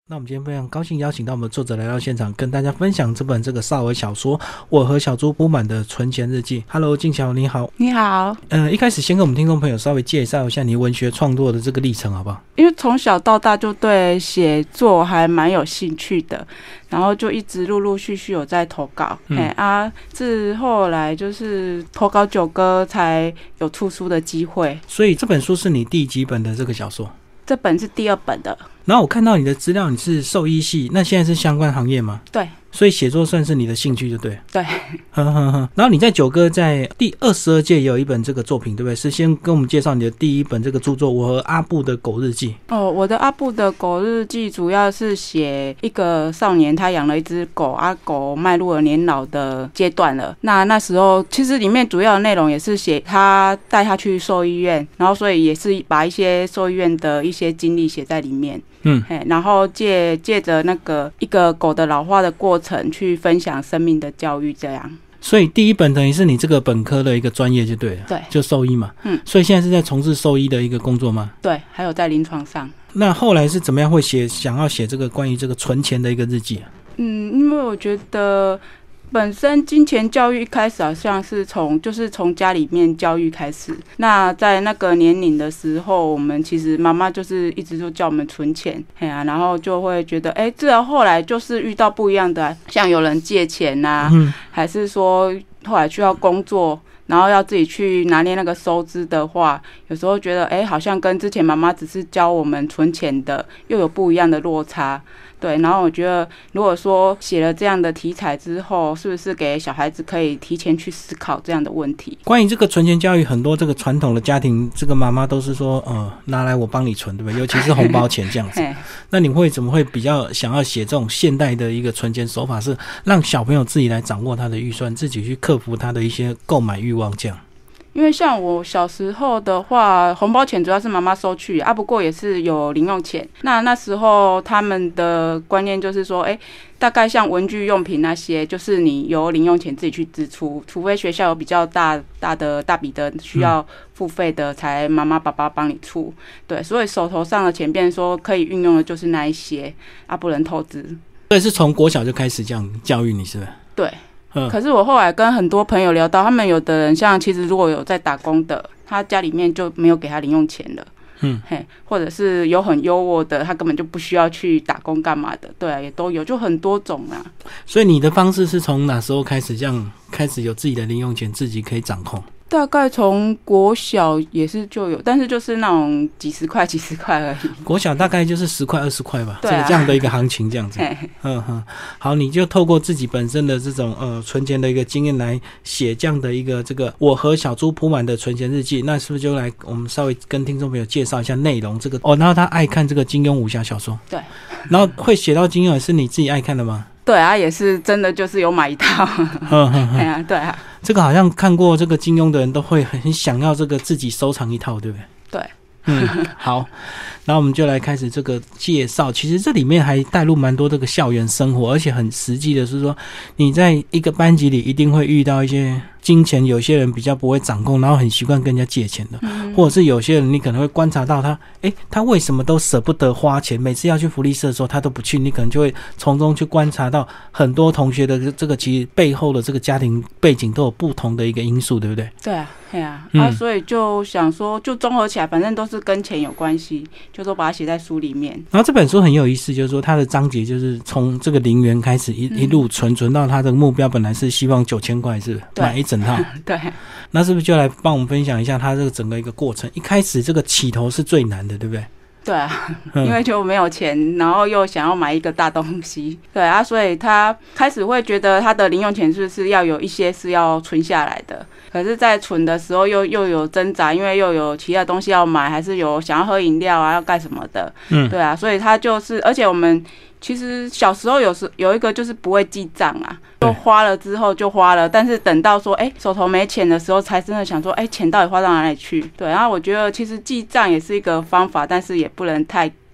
那我们今天非常高兴邀请到我们的作者来到现场，跟大家分享这本少儿小说《我和小猪铺满的存钱日记》。Hello， 静乔，你好。 你好。 一开始先跟我们听众朋友稍微介绍一下你文学创作的这个历程，好不好？ 因为从小到大就对写作还蛮有兴趣的，然后就一直陆陆续续有在投稿。自后来就是投稿9歌才有出书的机会。 所以这本书是你第几本的这个小说？ 这本是第2本的。 然后我看到你的资料，你是兽医系，那现在是相关行业吗？ 对。 所以写作算是你的兴趣就对了。 对。 然后你在9歌在第22届也有一本这个作品，对不对？是先跟我们介绍你的第1本这个著作《我和阿布的狗日记》。 我的阿布的狗日记主要是写一个少年，他养了一只狗，狗迈入了年老的阶段了。那时候其实里面主要的内容也是写他带他去兽医院，然后所以也是把一些兽医院的一些经历写在里面。然后借着那个一个狗的老化的过程去分享生命的教育，这样。 所以第1本等于是你这个本科的一个专业就对了。 对。 就兽医嘛。所以现在是在从事兽医的一个工作吗？ 对，还有在临床上。 那后来是怎么样会想要写这个关于这个存钱的一个日记啊？ 因为我觉得本身金钱教育一开始好像是从家里面教育开始。那在那个年龄的时候，我们其实妈妈就是一直就叫我们存钱，然后就会觉得至少后来就是遇到不一样的，像有人借钱啊，还是说后来需要工作，然后要自己去拿捏那个收支的话，有时候觉得好像跟之前妈妈只是教我们存钱的又有不一样的落差。对，然后我觉得如果说写了这样的题材之后，是不是给小孩子可以提前去思考这样的问题？ 关于这个存钱教育，很多这个传统的家庭，这个妈妈都是说拿来我帮你存，对不对？尤其是红包钱这样子。那你怎么会比较想要写这种现代的一个存钱手法，是让小朋友自己来掌握他的预算，自己去克服他的一些购买欲望这样？ 因为像我小时候的话，红包钱主要是妈妈收去不过也是有零用钱。那时候他们的观念就是说，大概像文具用品那些，就是你有零用钱自己去支出，除非学校有比较大笔的需要付费的，才妈妈爸爸帮你出。对，所以手头上的钱变成说可以运用的就是那一些，不能透支。 所以是从国小就开始这样教育你，是不是？ 对。可是我后来跟很多朋友聊到，他们有的人像其实如果有在打工的，他家里面就没有给他零用钱了。或者是有很优渥的，他根本就不需要去打工干嘛的。对啊，也都有，就很多种啊。 所以你的方式是从哪时候开始这样开始有自己的零用钱，自己可以掌控？ 大概从国小也是就有，但是就是那种几十块而已。 国小大概就是10块20块吧， 对啊， 这样的一个行情这样子。好，你就透过自己本身的这种存钱的一个经验来写这样的一个这个我和小猪铺满的存钱日记。那是不是就来我们稍微跟听众朋友介绍一下内容？这个然后他爱看这个金庸武侠小说。 对。 然后会写到金庸也是你自己爱看的吗？ 对啊，也是真的就是有买一套。对啊。 这个好像看过这个金庸的人都会很想要这个自己收藏一套，对不对？ 对。 好，那我们就来开始这个介绍。其实这里面还带入蛮多这个校园生活，而且很实际的是说，你在一个班级里一定会遇到一些金钱，有些人比较不会掌控，然后很习惯跟人家借钱的，或者是有些人你可能会观察到他为什么都舍不得花钱，每次要去福利社的时候他都不去，你可能就会从中去观察到很多同学的这个其实背后的这个家庭背景都有不同的一个因素，对不对？ 对啊。所以就想说就综合起来，反正都是跟钱有关系，就说把它写在书里面。 然后这本书很有意思，就是说它的章节就是从这个0元开始一路存到它的目标本来是希望9000块，是买一整套。 对。 那是不是就来帮我们分享一下它这个整个一个过程？一开始这个起头是最难的，对不对？ 对啊，因为就没有钱，然后又想要买一个大东西。对啊，所以他开始会觉得他的零用钱是不是要有一些是要存下来的，可是在存的时候又有挣扎，因为又有其他东西要买，还是有想要喝饮料啊，要干什么的。对啊，所以他就是，而且我们其实小时候有一个就是不会记账啊，就花了之后就花了，但是等到说手头没钱的时候，才真的想说钱到底花到哪里去？对，然后我觉得其实记账也是一个方法，但是也不能太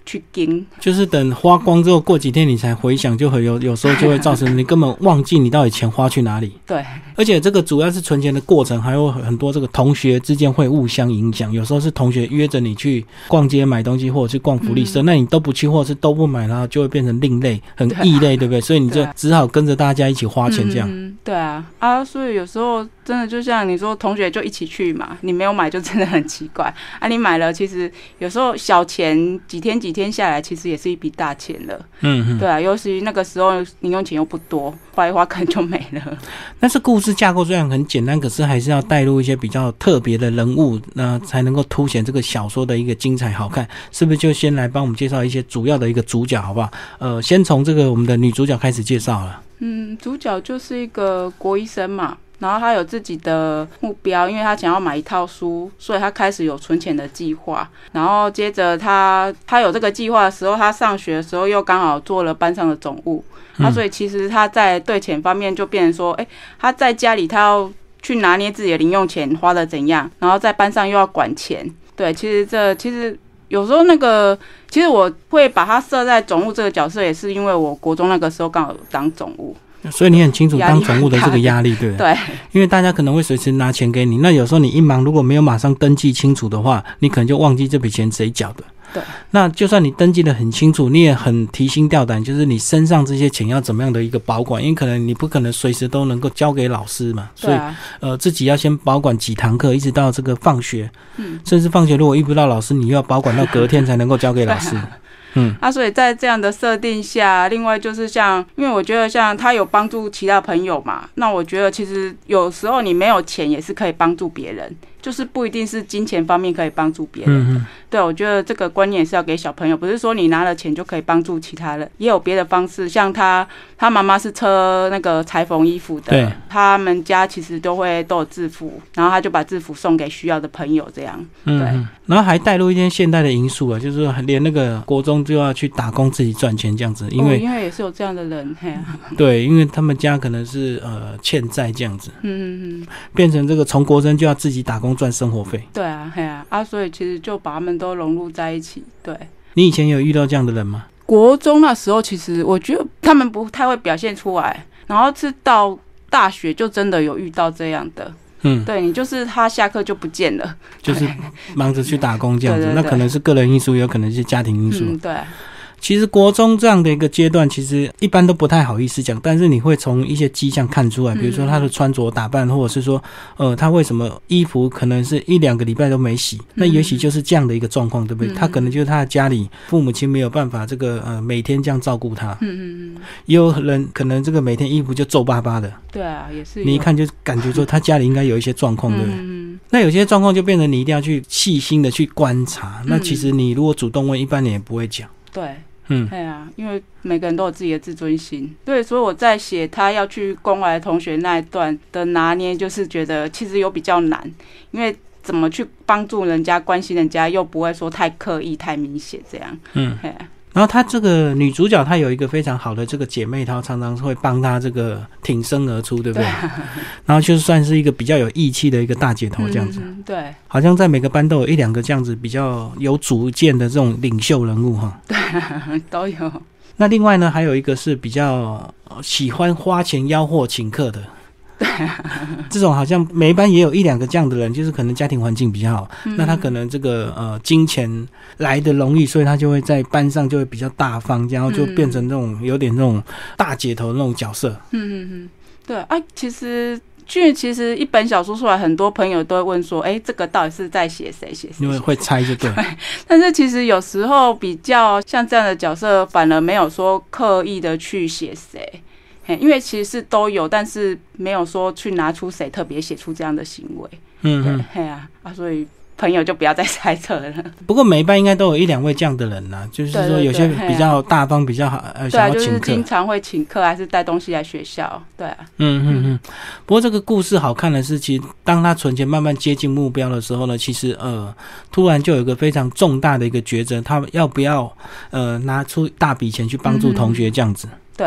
去盯， 就是等花光之后，过几天你才回想，就有时候就会造成你根本忘记你到底钱花去哪里。 对， 而且这个主要是存钱的过程，还有很多这个同学之间会互相影响。有时候是同学约着你去逛街买东西，或者去逛福利社，那你都不去，或者是都不买，然后就会变成另类，很异类，对不对？所以你就只好跟着大家一起花钱这样。 对啊，所以有时候真的就像你说，同学就一起去嘛，你没有买就真的很奇怪啊。你买了，其实有时候小钱几天下来，其实也是一笔大钱了。对啊，尤其那个时候零用钱又不多，花一花可能就没了。 但是故事架构虽然很简单，可是还是要带入一些比较特别的人物，那才能够凸显这个小说的一个精彩好看。是不是就先来帮我们介绍一些主要的一个主角，好不好？先从这个我们的女主角开始介绍了。 主角就是一个国医生嘛，然后他有自己的目标，因为他想要买一套书，所以他开始有存钱的计划。然后接着他有这个计划的时候，他上学的时候又刚好做了班上的总务，所以其实他在对钱方面就变成说，他在家里他要去拿捏自己的零用钱花的怎样，然后在班上又要管钱。对，其实有时候其实我会把他设在总务这个角色，也是因为我国中那个时候刚好当总务， 所以你很清楚当总务的这个压力，对不对？ 对， 因为大家可能会随时拿钱给你，那有时候你一忙如果没有马上登记清楚的话，你可能就忘记这笔钱谁缴的。 对， 那就算你登记的很清楚，你也很提心吊胆，就是你身上这些钱要怎么样的一个保管，因为可能你不可能随时都能够交给老师嘛，所以自己要先保管几堂课，一直到这个放学，甚至放学如果遇不到老师，你又要保管到隔天才能够交给老师。 所以在这样的设定下，另外就是因为我觉得像他有帮助其他朋友嘛，那我觉得其实有时候你没有钱也是可以帮助别人，就是不一定是金钱方面可以帮助别人的。对，我觉得这个观念也是要给小朋友，不是说你拿了钱就可以帮助其他人，也有别的方式。像他妈妈是车那个裁缝衣服的，他们家其实都有制服，然后他就把制服送给需要的朋友这样。对， 然后还带入一些现代的因素啊，就是说连那个国中就要去打工自己赚钱这样子，因为也是有这样的人， 对，因为他们家可能是欠债这样子，变成这个从国中就要自己打工赚生活费。 对啊，所以其实就把他们都融入在一起。对， 你以前有遇到这样的人吗？ 国中那时候其实我觉得他们不太会表现出来，然后是到大学就真的有遇到这样的。对，你就是他下课就不见了， 就是忙着去打工这样子。对，那可能是个人因素，也有可能是家庭因素。 对。 其实国中这样的一个阶段，其实一般都不太好意思讲，但是你会从一些迹象看出来，比如说他的穿着打扮，或者是说他为什么衣服可能是1-2个礼拜都没洗，那也许就是这样的一个状况，对不对？他可能就是他的家里父母亲没有办法这个每天这样照顾他。也有人可能这个每天衣服就皱巴巴的。 对啊，也是。 你一看就感觉说他家里应该有一些状况，对不对？那有些状况就变成你一定要去细心的去观察。那其实你如果主动问，一般人也不会讲。 对。因为每个人都有自己的自尊心，对，所以我在写他要去关怀同学那一段的拿捏，就是觉得其实有比较难，因为怎么去帮助人家、关心人家，又不会说太刻意、太明显这样。 然后她这个女主角，她有一个非常好的这个姐妹淘，常常会帮她这个挺身而出，对不对？然后就算是一个比较有义气的一个大姐头这样子。 对， 好像在每个班都有1-2个这样子比较有主见的这种领袖人物哈。 对，都有。 那另外呢，还有一个是比较喜欢花钱吆喝请客的。 对， 这种好像每一班也有1-2个这样的人，就是可能家庭环境比较好，那他可能这个金钱来的容易，所以他就会在班上就会比较大方，然后就变成那种有点那种大姐头的那种角色。 对啊，其实一本小说出来，很多朋友都会问说，这个到底是在写谁？ 因为会猜就对。 但是其实有时候比较像这样的角色，反而没有说刻意的去写谁。因为其实是都有，但是没有说去拿出谁特别写出这样的行为。所以朋友就不要再猜测了。不过每一班应该都有1-2位这样的人啦，就是说有些比较大方，比较好，想要请客， 就是经常会请客，还是带东西来学校。对啊。 不过这个故事好看的是，其实当他存钱慢慢接近目标的时候呢，其实突然就有一个非常重大的一个抉择，他要不要拿出大笔钱去帮助同学这样子。 对。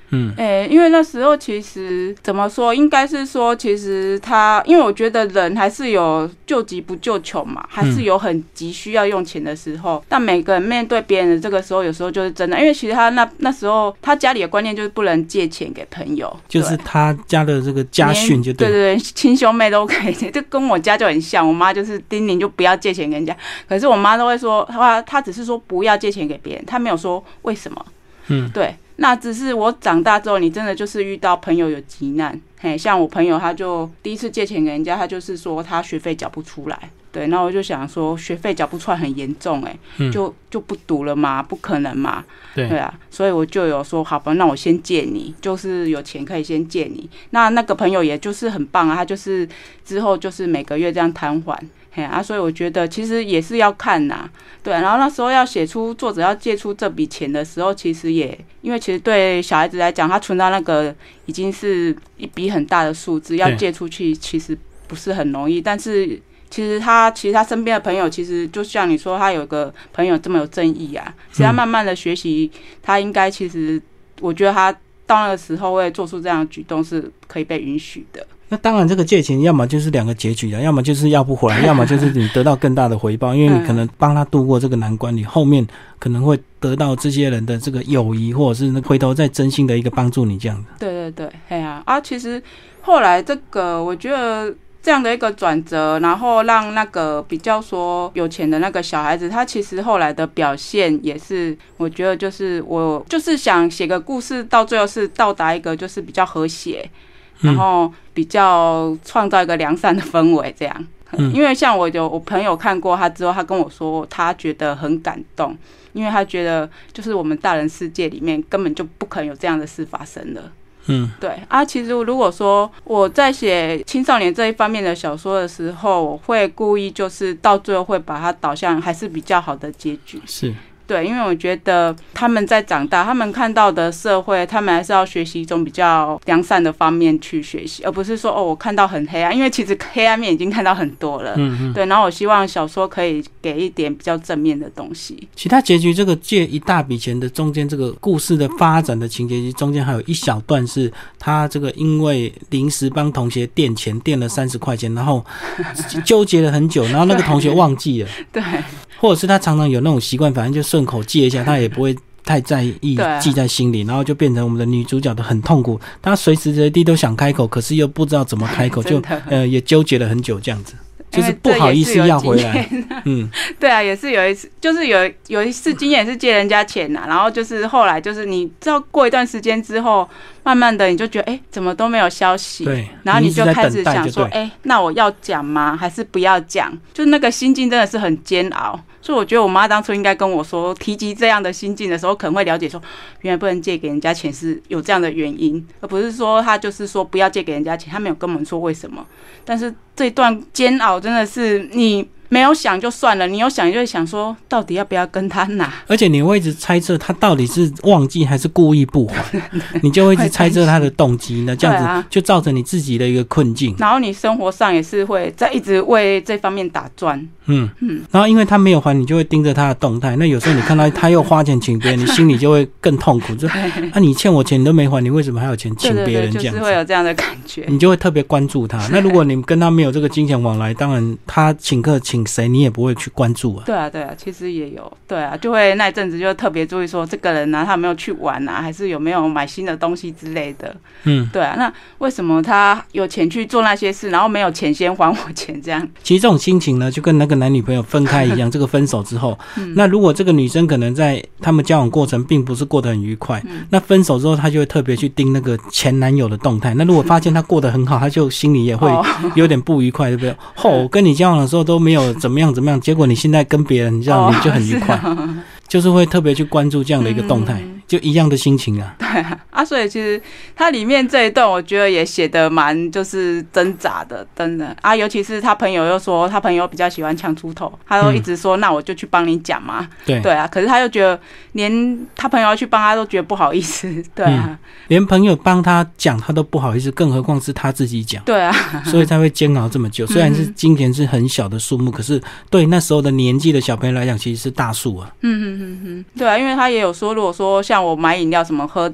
因为那时候其实怎么说，应该是说，其实他，因为我觉得人还是有救急不救穷嘛，还是有很急需要用钱的时候。但每个人面对别人的这个时候，有时候就是真的，因为其实他那时候他家里的观念就是不能借钱给朋友， 就是他家的这个家训就对。 对，亲兄妹都可以，就跟我家就很像。我妈就是叮咛就不要借钱给人家，可是我妈都会说，她只是说不要借钱给别人，她没有说为什么。对。那只是我长大之后，你真的就是遇到朋友有急难，像我朋友他就第一次借钱给人家，他就是说他学费缴不出来，对，那我就想说学费缴不出来很严重，就不读了嘛，不可能嘛，对啊，所以我就有说好吧，那我先借你，就是有钱可以先借你。那个朋友也就是很棒啊，他就是之后就是每个月这样摊还。所以我觉得其实也是要看呐，对。然后那时候要写出作者要借出这笔钱的时候，其实也因为其实对小孩子来讲，他存到那个已经是一笔很大的数字，要借出去其实不是很容易。但是其实他身边的朋友，其实就像你说，他有个朋友这么有正义啊，其实他慢慢的学习，他应该其实我觉得他到那个时候会做出这样的举动是可以被允许的。 那当然这个借钱要么就是两个结局的，要么就是要不回来，要么就是你得到更大的回报，因为你可能帮他度过这个难关，你后面可能会得到这些人的这个友谊，或者是回头再真心的一个帮助你这样的。 对，其实后来这个我觉得这样的一个转折，然后让那个比较说有钱的那个小孩子，他其实后来的表现也是，我觉得就是我就是想写个故事，到最后是到达一个就是比较和谐，然后比较创造一个良善的氛围这样。因为像我朋友看过他之后，他跟我说他觉得很感动，因为他觉得就是我们大人世界里面根本就不可能有这样的事发生了。对啊，其实如果说我在写青少年这一方面的小说的时候，我会故意就是到最后会把它导向还是比较好的结局。是。对，因为我觉得他们在长大，他们看到的社会，他们还是要学习一种比较良善的方面去学习，而不是说我看到很黑暗，因为其实黑暗面已经看到很多了。对，然后我希望小说可以给一点比较正面的东西。 其他结局这个借一大笔钱的中间这个故事的发展的情节，中间还有一小段是他这个因为临时帮同学垫钱，垫了30块钱，然后纠结了很久，然后那个同学忘记了。对。或者是他常常有那种习惯，反正就顺口借一下，他也不会太在意，记在心里，然后就变成我们的女主角的很痛苦，她随时随地都想开口，可是又不知道怎么开口，就也纠结了很久这样子，就是不好意思要回来。 对啊，也是有一次，就是有一次经验是借人家钱然后就是后来就是你知道过一段时间之后，慢慢的你就觉得怎么都没有消息，对，然后你就开始想说那我要讲吗？还是不要讲？就那个心境真的是很煎熬。所以我觉得我妈当初应该跟我说，提及这样的心境的时候，可能会了解说，原来不能借给人家钱是有这样的原因，而不是说她就是说不要借给人家钱，她没有跟我们说为什么。但是这段煎熬真的是你没有想就算了，你有想你就会想说到底要不要跟他拿， 而且你会一直猜测他到底是忘记还是故意不还你就会一直猜测他的动机呢，这样子就造成你自己的一个困境， 然后你生活上也是会在一直为这方面打转。 然后因为他没有还，你就会盯着他的动态，那有时候你看到他又花钱请别人，你心里就会更痛苦，就你欠我钱你都没还，你为什么还有钱请别人？这样子就是会有这样的感觉， 你就会特别关注他。那如果你跟他没有这个金钱往来，当然他请客请谁你也不会去关注啊。 对啊，其实也有，对啊，就会那一阵子就特别注意说这个人他有没有去玩还是有没有买新的东西之类的。对啊，那为什么他有钱去做那些事，然后没有钱先还我钱这样？ 其实这种心情呢，就跟那个男女朋友分开一样，这个分手之后，那如果这个女生可能在他们交往过程并不是过得很愉快，那分手之后她就会特别去盯那个前男友的动态，那如果发现他过得很好，她就心里也会有点不愉快，对不对？我跟你交往的时候都没有怎么样，结果你现在跟别人这样你就很愉快，就是会特别去关注这样的一个动态，就一样的心情啊。 对啊，所以其实它里面这一段我觉得也写得蛮就是挣扎的，真的啊，尤其是他朋友又说他朋友比较喜欢抢出头，他又一直说那我就去帮你讲嘛。对啊，可是他又觉得连他朋友要去帮他都觉得不好意思。对啊， 连朋友帮他讲他都不好意思，更何况是他自己讲。 对啊， 所以才会煎熬这么久。虽然是金钱是很小的数目，可是对那时候的年纪的小朋友来讲其实是大数啊。 对啊，因为他也有说如果说像我买饮料什么喝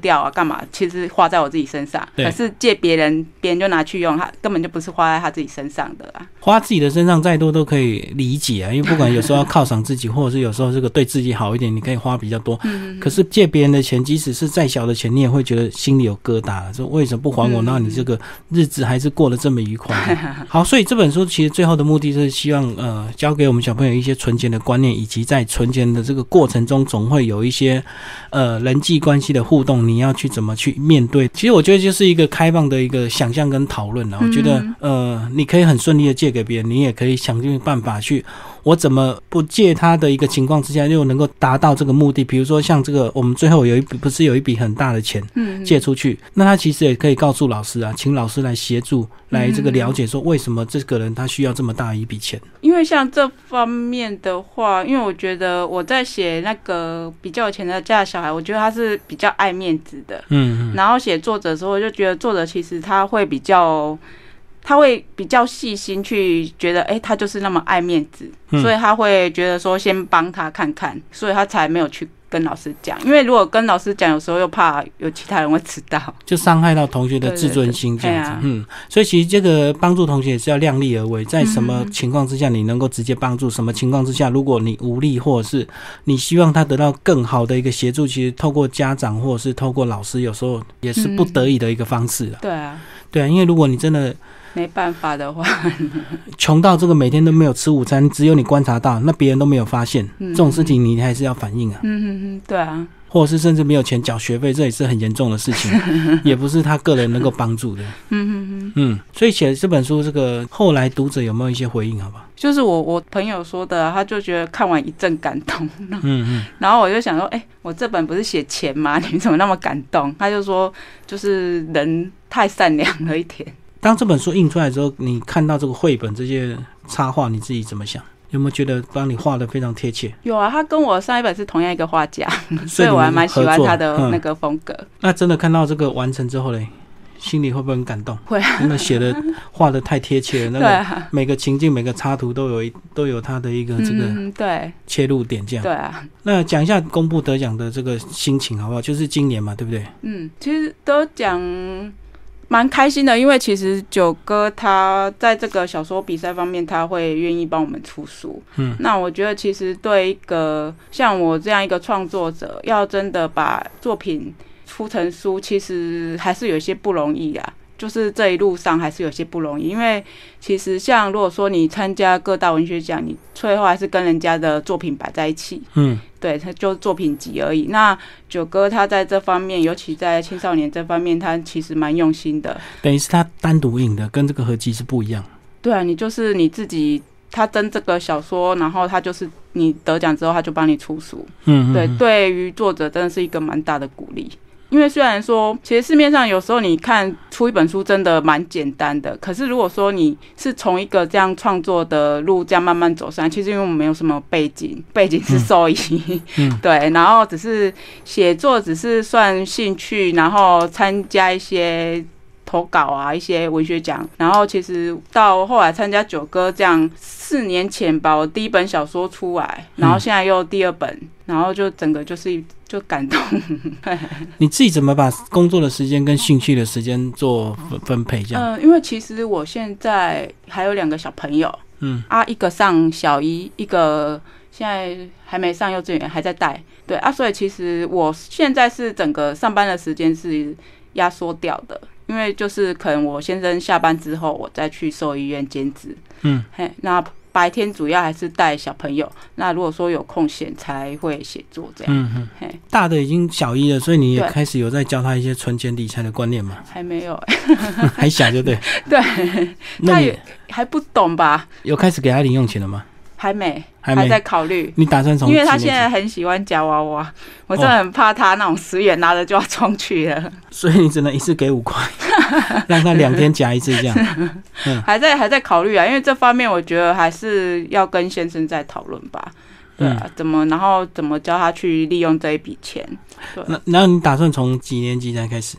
掉啊，干嘛？其实花在我自己身上，可是借别人就拿去用，他根本就不是花在他自己身上的啊。 花自己的身上再多都可以理解啊，因为不管有时候要犒赏自己，或者是有时候这个对自己好一点，你可以花比较多。可是借别人的钱，即使是再小的钱，你也会觉得心里有疙瘩，说为什么不还我？那你这个日子还是过得这么愉快。好，所以这本书其实最后的目的是希望教给我们小朋友一些存钱的观念，以及在存钱的这个过程中，总会有一些人际关系的互动，你要去怎么去面对。其实我觉得就是一个开放的一个想象跟讨论啊。我觉得你可以很顺利的借给别人，你也可以想尽办法去我怎么不借他的一个情况之下又能够达到这个目的。比如说像这个我们最后不是有一笔很大的钱借出去，那他其实也可以告诉老师啊，请老师来协助来这个了解说为什么这个人他需要这么大一笔钱。 因为像这方面的话，因为我觉得我在写那个比较有钱的家的小孩，我觉得他是比较爱面子的。然后写作者的时候，我就觉得作者其实他会比较细心去觉得，他就是那么爱面子，所以他会觉得说先帮他看看，所以他才没有去跟老师讲。因为如果跟老师讲，有时候又怕有其他人会知道， 就伤害到同学的自尊心这样子。所以其实这个帮助同学也是要量力而为，在什么情况之下你能够直接帮助，什么情况之下如果你无力，或者是你希望他得到更好的一个协助，其实透过家长或者是透过老师，有时候也是不得已的一个方式啦。对啊，因为如果你真的没办法的话， 穷到这个每天都没有吃午餐，只有你观察到，那别人都没有发现，这种事情你还是要反映啊。 对啊， 或者是甚至没有钱缴学费，这也是很严重的事情，也不是他个人能够帮助的。所以写这本书，这个后来读者有没有一些回应？好不好？ 就是我朋友说的他就觉得看完一阵感动。然后我就想说，我这本不是写钱吗？你怎么那么感动？他就说，就是人太善良了一点。 当这本书印出来之后，你看到这个绘本这些插画，你自己怎么想？有没有觉得帮你画得非常贴切？ 有啊，他跟我上一本是同样一个画家，所以我还蛮喜欢他的那个风格。 那真的看到这个完成之后嘞，心里会不会很感动？ 会啊， 因为画得太贴切了，那个每个情境每个插图都有他的一个这个对切入点这样。 对啊， 那讲一下公布得奖的这个心情好不好？就是今年嘛，对不对？ 其实得奖蛮开心的，因为其实九哥他在这个小说比赛方面，他会愿意帮我们出书。那我觉得其实对一个像我这样一个创作者，要真的把作品出成书，其实还是有一些不容易啊。就是这一路上还是有些不容易，因为其实像如果说你参加各大文学奖，你最后还是跟人家的作品摆在一起，对，他就作品集而已。那九哥他在这方面，尤其在青少年这方面，他其实蛮用心的。 等于是他单独印的，跟这个合集是不一样。 对啊，你就是你自己，他登这个小说，然后他就是你得奖之后，他就帮你出书。对，对于作者真的是一个蛮大的鼓励。因为虽然说其实市面上有时候你看出一本书真的蛮简单的，可是如果说你是从一个这样创作的路这样慢慢走上，其实因为我们没有什么背景是兽医对，然后只是写作只是算兴趣，然后参加一些投稿啊，一些文学奖，然后其实到后来参加九歌这样4年前吧，我第一本小说出来，然后现在又第2本，然后就整个就感动。 你自己怎么把工作的时间跟兴趣的时间做分配这样？ 因为其实我现在还有2个小朋友，一个上小一，一个现在还没上幼稚园，还在带，对啊，所以其实我现在是整个上班的时间是压缩掉的。因为就是可能我先生下班之后，我再去兽医院兼职。那白天主要还是带小朋友。那如果说有空闲才会写作这样。 大的已经小一了，所以你也开始有在教他一些存钱理财的观念吗？ 还没有还小就对。 对，他也还不懂吧？ 有开始给他零用钱了吗？ 还没，还在考虑。 你打算从？ 因为他现在很喜欢夹娃娃，我真的很怕他那种10元拿着就要冲去了。 所以你只能一次给5块，让他2天夹一次这样。 还在考虑啊，因为这方面我觉得还是要跟先生再讨论吧。对啊，然后怎么教他去利用这一笔钱？对。 然后你打算从几年级才开始？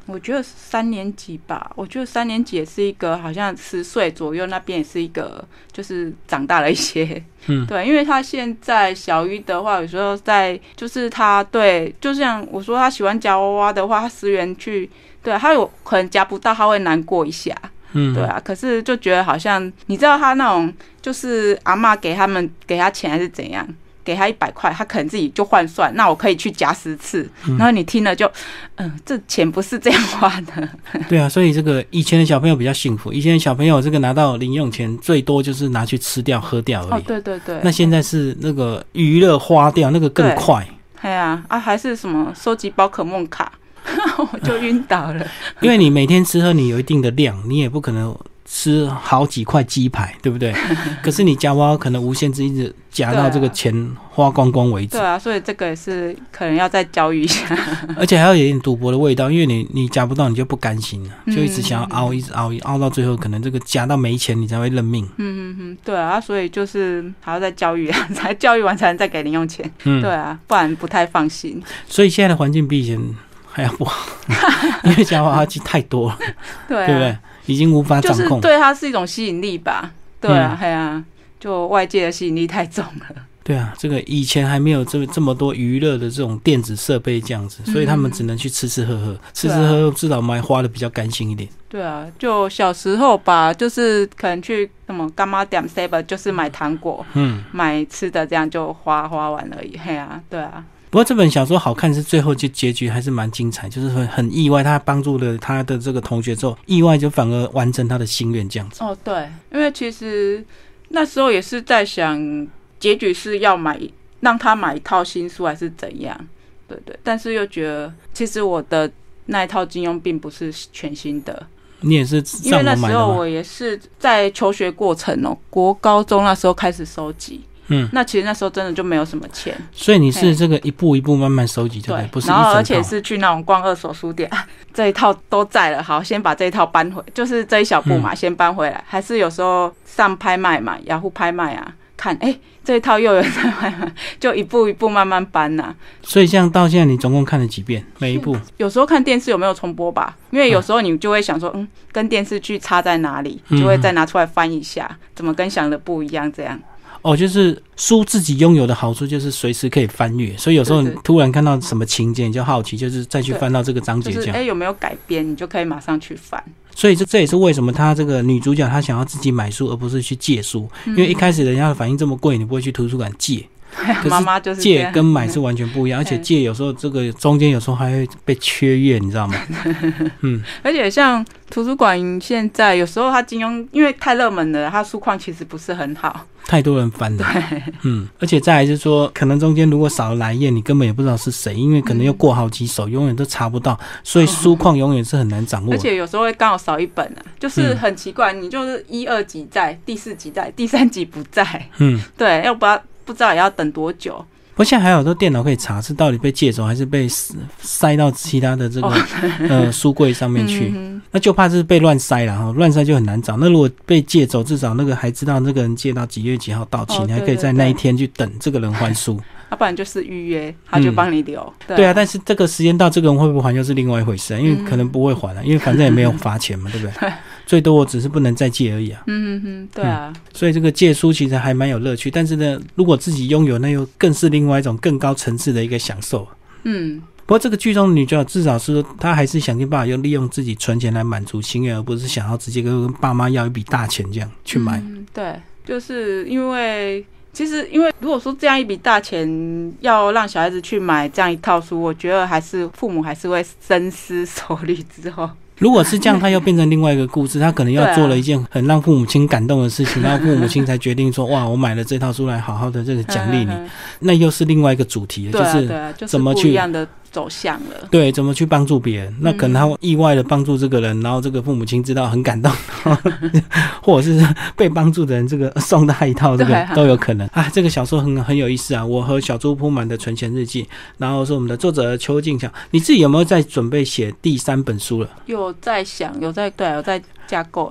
我觉得3年级吧，我觉得3年级也是一个好像10岁左右，那边也是一个就是长大了一些。对，因为他现在小一的话，有时候在就是他对，就像我说他喜欢夹娃娃的话，他10元去，对，他有可能夹不到，他会难过一下。对啊，可是就觉得好像你知道他那种就是阿嬷给他钱还是怎样。给他100块，他可能自己就换算，那我可以去夹10次，然后你听了就，这钱不是这样花的。 对啊，所以这个以前的小朋友比较幸福，以前的小朋友这个拿到零用钱最多就是拿去吃掉喝掉而已。 对对对。 那现在是那个娱乐花掉，那个更快。 对啊，还是什么收集宝可梦卡，我就晕倒了。 因为你每天吃喝你有一定的量，你也不可能吃好几块鸡排，对不对？可是你夹娃娃可能无限制一直夹到这个钱花光光为止。 对啊，所以这个也是可能要再教育一下。 而且还有一点赌博的味道，因为你夹不到你就不甘心了，就一直想要凹，一直凹到最后可能这个夹到没钱你才会认命。 对啊，所以就是还要再教育啊，才教育完才能再给零用钱。对啊，不然不太放心。 所以现在的环境比以前还要不好，因为夹娃娃机太多了，对不对？已经无法掌控， 就是对它是一种吸引力吧？对啊，就外界的吸引力太重了。 对啊，这个以前还没有这么多娱乐的这种电子设备这样子，所以他们只能去吃吃喝喝，吃吃喝喝，至少买花的比较甘心一点。对啊， 就小时候吧，就是可能去什么干妈店 7 就是买糖果，买吃的，这样就花完而已。对啊。 不过这本小说好看是最后就结局还是蛮精彩，就是很意外，他帮助了他的这个同学之后，意外就反而完成他的心愿这样子。 对，因为其实那时候也是在想，结局是要让他买一套新书还是怎样？对，但是又觉得其实我的那一套金庸并不是全新的。 你也是上网买的吗？ 因为那时候我也是在求学过程国高中那时候开始收集。那其实那时候真的就没有什么钱， 所以你是这个一步一步慢慢收集，对不对？不是一整套。 然后而且是去那种逛二手书店，这一套都在了，好，先把这一套搬回，就是这一小步嘛，先搬回来。还是有时候上拍卖嘛，雅虎拍卖啊，看这一套又有人在拍卖，就一步一步慢慢搬啊。 所以像到现在你总共看了几遍每一部？ 有时候看电视有没有重播吧，因为有时候你就会想说，跟电视剧差在哪里，就会再拿出来翻一下，怎么跟想的不一样这样。 就是书自己拥有的好处就是随时可以翻阅，所以有时候你突然看到什么情节你就好奇，就是再去翻到这个章节这样， 就是有没有改编，你就可以马上去翻。 所以这也是为什么她这个女主角她想要自己买书而不是去借书，因为一开始人家的反应这么贵，你不会去图书馆借。 妈妈就是借跟买是完全不一样，而且借有时候这个中间有时候还会被缺阅，你知道吗？ 而且像图书馆现在有时候它金庸因为太热门了，它书况其实不是很好， 太多人翻了。而且再来是说，可能中间如果少了来页，你根本也不知道是谁，因为可能又过好几手，永远都查不到，所以书况永远是很难掌握。 而且有时候会刚好少一本就是很奇怪，你就是1、2集在，第4集在，第3集不在。对，要不知道也要等多久。 不过现在还有很多电脑可以查是到底被借走还是被塞到其他的这个书柜上面去，那就怕是被乱塞了，乱塞就很难找。那如果被借走，至少那个还知道那个人借到几月几号到期，你还可以在那一天去等这个人还书。要不然就是预约，他就帮你留。 对啊，但是这个时间到，这个人会不会还又是另外一回事因为可能不会还因为反正也没有罚钱嘛，对不对？最多我只是不能再借而已啊。 对啊。 所以这个借书其实还蛮有乐趣，但是呢，如果自己拥有，那又更是另外一种更高层次的一个享受。不过这个剧中的女主角至少是她还是想尽办法利用自己存钱来满足心愿，而不是想要直接跟爸妈要一笔大钱这样去买。 对，就是因为如果说这样一笔大钱要让小孩子去买这样一套书，我觉得父母还是会深思熟虑之后。 如果是这样，他又变成另外一个故事，他可能要做了一件很让父母亲感动的事情，然后父母亲才决定说，哇，我买了这套书来好好的这个奖励你，那又是另外一个主题了，就是怎么去不一样的走向了。 对，怎么去帮助别人，那可能他意外的帮助这个人，然后这个父母亲知道很感动或者是被帮助的人这个送他一套，这个都有可能这个小说很有意思啊。我和小猪铺满的存钱日记，然后是我们的作者邱静强。你自己有没有在准备写第3本书了？ 有在想，有在架构了。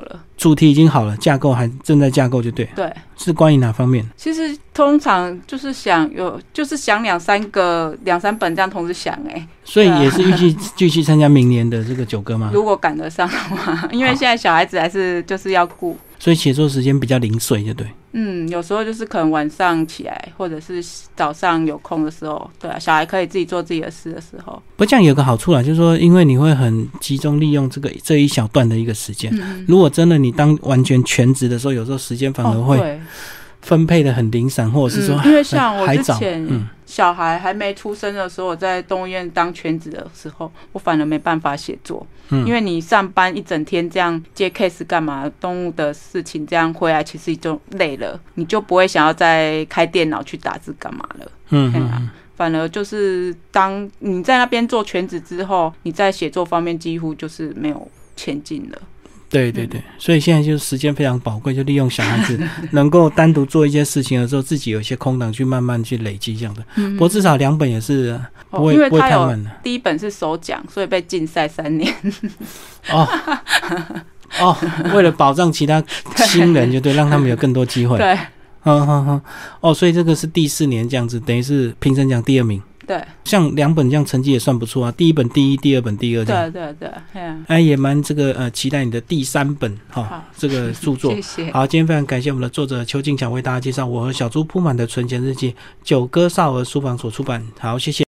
主题已经好了，架构还正在架构就对。 对， 是关于哪方面？ 其实通常就是想两三本这样同时想所以也是预计继续参加明年的这个九歌吗？ 如果赶得上的话，因为现在小孩子还是就是要顾， 所以写作时间比较零碎，就对。 有时候就是可能晚上起来，或者是早上有空的时候，对啊，小孩可以自己做自己的事的时候。 不过这样有个好处啦，就是说，因为你会很集中利用这一小段的一个时间。如果真的你当完全全职的时候，有时候时间反而会分配的很零散，或者是说， 因为像我之前小孩还没出生的时候，我在动物园当全职的时候，我反而没办法写作，因为你上班一整天这样接 case 干嘛，动物的事情这样回来，其实就累了，你就不会想要再开电脑去打字干嘛了。反而就是当你在那边做全职之后，你在写作方面几乎就是没有前进了。 对对对，所以现在就是时间非常宝贵，就利用小孩子能够单独做一些事情的时候，自己有一些空档去慢慢去累积这样的。不过至少2本也是不会太慢的。 第一本是首奖，所以被禁赛3年。 为了保障其他新人，就对，让他们有更多机会。 对， 所以这个是第4年这样子，等于是评审奖第2名。 对， 像2本这样成绩也算不错啊，第1本第1，第2本第2这样。 对， 也蛮这个期待你的第3本这个著作。 谢谢。 好，今天非常感谢我们的作者邱静强为大家介绍《我和小猪铺满的存钱日记》，九歌少儿书房所出版。好，谢谢。